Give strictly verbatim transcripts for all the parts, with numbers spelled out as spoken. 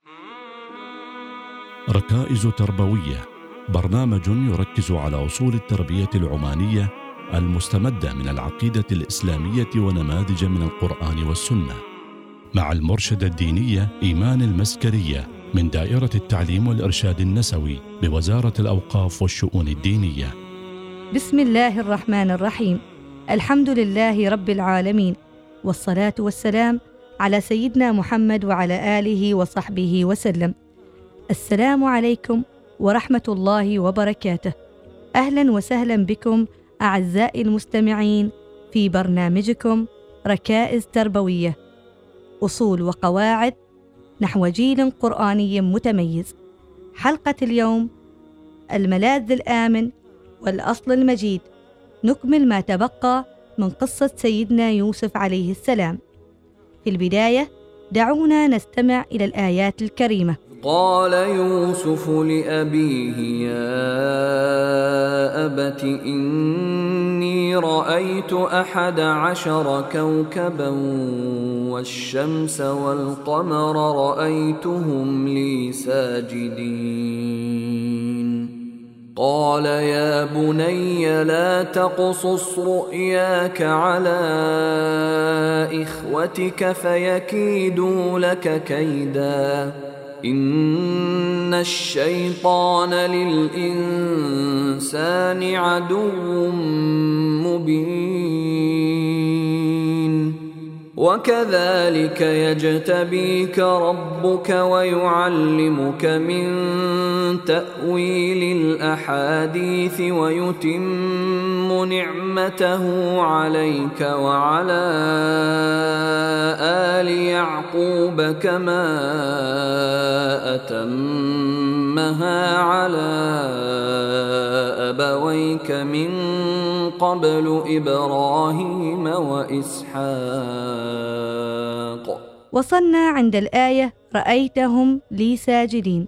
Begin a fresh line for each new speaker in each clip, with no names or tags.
ركائز تربوية، برنامج يركز على أصول التربية العمانية المستمدة من العقيدة الإسلامية ونماذج من القرآن والسنة، مع المرشدة الدينية إيمان المسكرية من دائرة التعليم والإرشاد النسوي بوزارة الأوقاف والشؤون الدينية.
بسم الله الرحمن الرحيم. الحمد لله رب العالمين، والصلاة والسلام على سيدنا محمد وعلى آله وصحبه وسلم. السلام عليكم ورحمة الله وبركاته. أهلا وسهلا بكم أعزائي المستمعين في برنامجكم ركائز تربوية، أصول وقواعد نحو جيل قرآني متميز. حلقة اليوم الملاذ الآمن والأصل المجيد، نكمل ما تبقى من قصة سيدنا يوسف عليه السلام. في البداية دعونا نستمع إلى الآيات الكريمة.
قال يوسف لأبيه يا أبت إني رأيت أحد عشر كوكبا والشمس والقمر رأيتهم لي ساجدين. قال يا بني لا تقصص رؤياك على إخوتك فيكيدوا لك كيدا إن الشيطان للإنسان عدو مبين. وكذلك يجتبيك ربك ويعلمك من تأويل الأحاديث ويتم نعمته عليك وعلى آل يعقوب كما أتمها على أبويك من قبل إبراهيم وإسحاق.
وصلنا عند الآية رأيتهم لي ساجدين.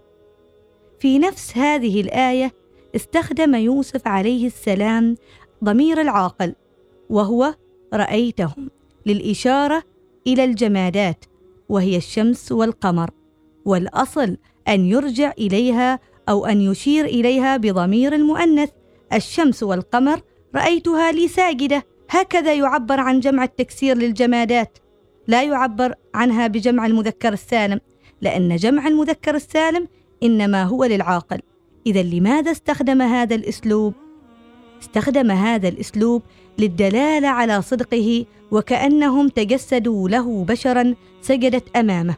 في نفس هذه الآية استخدم يوسف عليه السلام ضمير العاقل، وهو رأيتهم، للإشارة إلى الجمادات وهي الشمس والقمر، والأصل أن يرجع إليها أو أن يشير إليها بضمير المؤنث. الشمس والقمر رأيتها لي ساجدة، هكذا يعبر عن جمع التكسير للجمادات، لا يعبر عنها بجمع المذكر السالم، لأن جمع المذكر السالم إنما هو للعاقل. إذا لماذا استخدم هذا الأسلوب؟ استخدم هذا الأسلوب للدلالة على صدقه، وكأنهم تجسدوا له بشرا سجدت أمامه،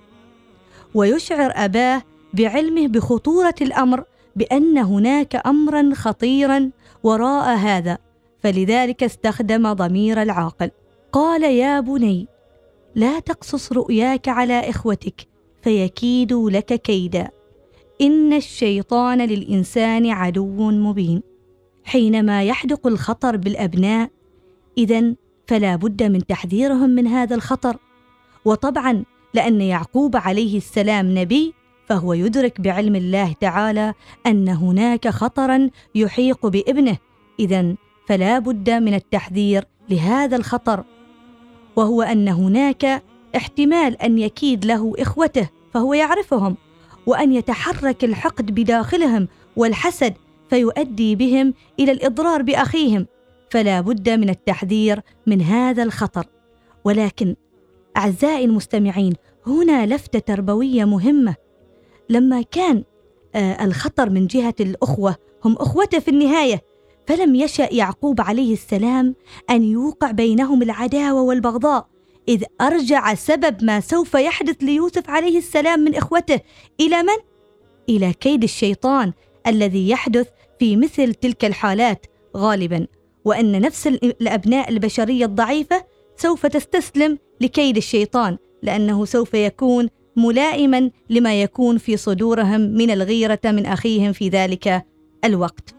ويشعر أباه بعلمه بخطورة الأمر، بأن هناك أمرا خطيرا وراء هذا، فلذلك استخدم ضمير العاقل. قال يا بني لا تقصص رؤياك على إخوتك فيكيدوا لك كيدا إن الشيطان للإنسان عدو مبين. حينما يحدق الخطر بالأبناء إذن فلا بد من تحذيرهم من هذا الخطر، وطبعا لأن يعقوب عليه السلام نبي، فهو يدرك بعلم الله تعالى أن هناك خطرا يحيق بابنه، إذن فلا بد من التحذير لهذا الخطر، وهو أن هناك احتمال أن يكيد له إخوته فهو يعرفهم، وأن يتحرك الحقد بداخلهم والحسد فيؤدي بهم إلى الإضرار بأخيهم، فلا بد من التحذير من هذا الخطر. ولكن أعزائي المستمعين، هنا لفتة تربوية مهمة. لما كان آه الخطر من جهة الأخوة، هم أخوته في النهاية، فلم يشأ يعقوب عليه السلام أن يوقع بينهم العداوة والبغضاء، إذ أرجع سبب ما سوف يحدث ليوسف عليه السلام من إخوته إلى من؟ إلى كيد الشيطان الذي يحدث في مثل تلك الحالات غالبا، وأن نفس الأبناء البشرية الضعيفة سوف تستسلم لكيد الشيطان، لأنه سوف يكون ملائما لما يكون في صدورهم من الغيرة من أخيهم في ذلك الوقت.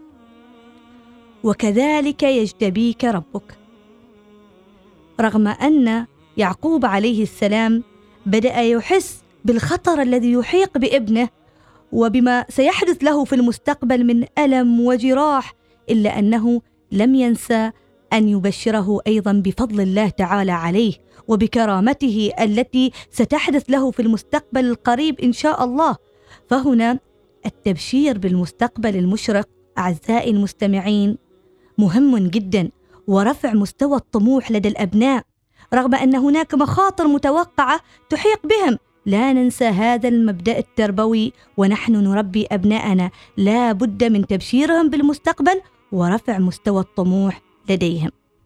وكذلك يجتبيك ربك. رغم أن يعقوب عليه السلام بدأ يحس بالخطر الذي يحيق بابنه وبما سيحدث له في المستقبل من ألم وجراح، إلا أنه لم ينسى أن يبشره أيضا بفضل الله تعالى عليه وبكرامته التي ستحدث له في المستقبل القريب إن شاء الله. فهنا التبشير بالمستقبل المشرق أعزائي المستمعين مهم جدا، ورفع مستوى الطموح لدى الأبناء رغم أن هناك مخاطر متوقعة تحيق بهم. لا ننسى هذا المبدأ التربوي ونحن نربي أبناءنا، لا بد من تبشيرهم بالمستقبل ورفع مستوى الطموح لديهم.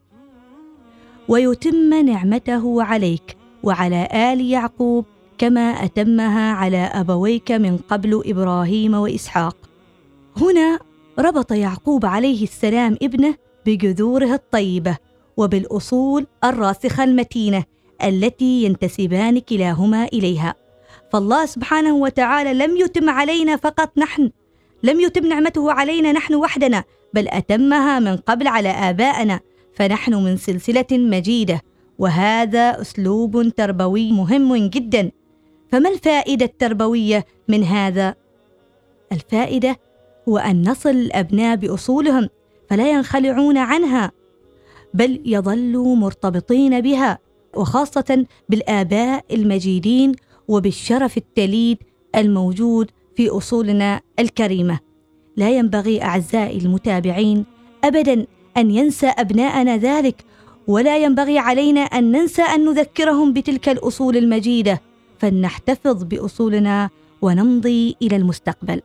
ويتم نعمته عليك وعلى آل يعقوب كما أتمها على أبويك من قبل إبراهيم وإسحاق. هنا ربط يعقوب عليه السلام ابنه بجذوره الطيبة وبالأصول الراسخة المتينة التي ينتسبان كلاهما إليها. فالله سبحانه وتعالى لم يتم علينا فقط نحن، لم يتم نعمته علينا نحن وحدنا، بل أتمها من قبل على آبائنا، فنحن من سلسلة مجيدة، وهذا أسلوب تربوي مهم جدا. فما الفائدة التربوية من هذا؟ الفائدة هو أن نصل الأبناء بأصولهم فلا ينخلعون عنها، بل يظلوا مرتبطين بها، وخاصة بالآباء المجيدين وبالشرف التليد الموجود في أصولنا الكريمة. لا ينبغي أعزائي المتابعين أبدا أن ينسى أبناءنا ذلك، ولا ينبغي علينا أن ننسى أن نذكرهم بتلك الأصول المجيدة، فلنحتفظ بأصولنا ونمضي إلى المستقبل.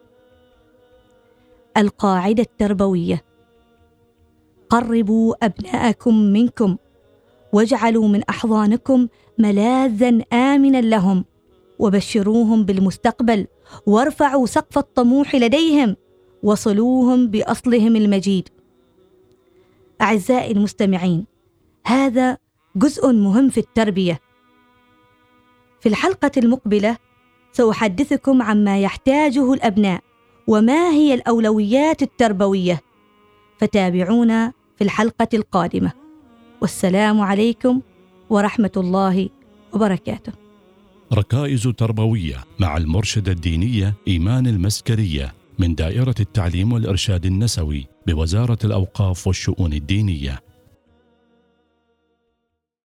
القاعدة التربوية: قربوا أبناءكم منكم واجعلوا من أحضانكم ملاذا آمنا لهم، وبشروهم بالمستقبل، وارفعوا سقف الطموح لديهم، وصلوهم بأصلهم المجيد. أعزائي المستمعين، هذا جزء مهم في التربية. في الحلقة المقبلة سأحدثكم عما يحتاجه الأبناء وما هي الأولويات التربوية، فتابعونا في الحلقة القادمة، والسلام عليكم ورحمة الله وبركاته.
ركائز تربوية مع المرشدة الدينية إيمان المسكرية من دائرة التعليم والإرشاد النسوي بوزارة الأوقاف والشؤون الدينية.